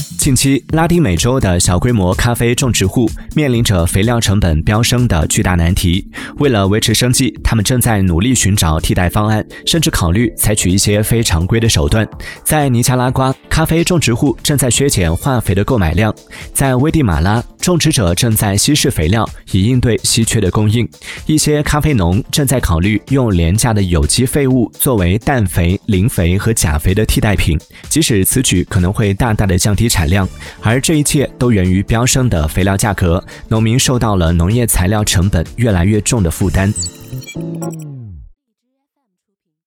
近期，拉丁美洲的小规模咖啡种植户面临着肥料成本飙升的巨大难题。为了维持生计，他们正在努力寻找替代方案，甚至考虑采取一些非常规的手段。在尼加拉瓜，咖啡种植户正在削减化肥的购买量；在危地马拉，种植者正在稀释肥料，以应对稀缺的供应。一些咖啡农正在考虑用廉价的有机废物作为氮肥、磷肥和钾肥的替代品，即使此举可能会大大的降低产量，而这一切都源于飙升的肥料价格，农民受到了农业材料成本越来越重的负担。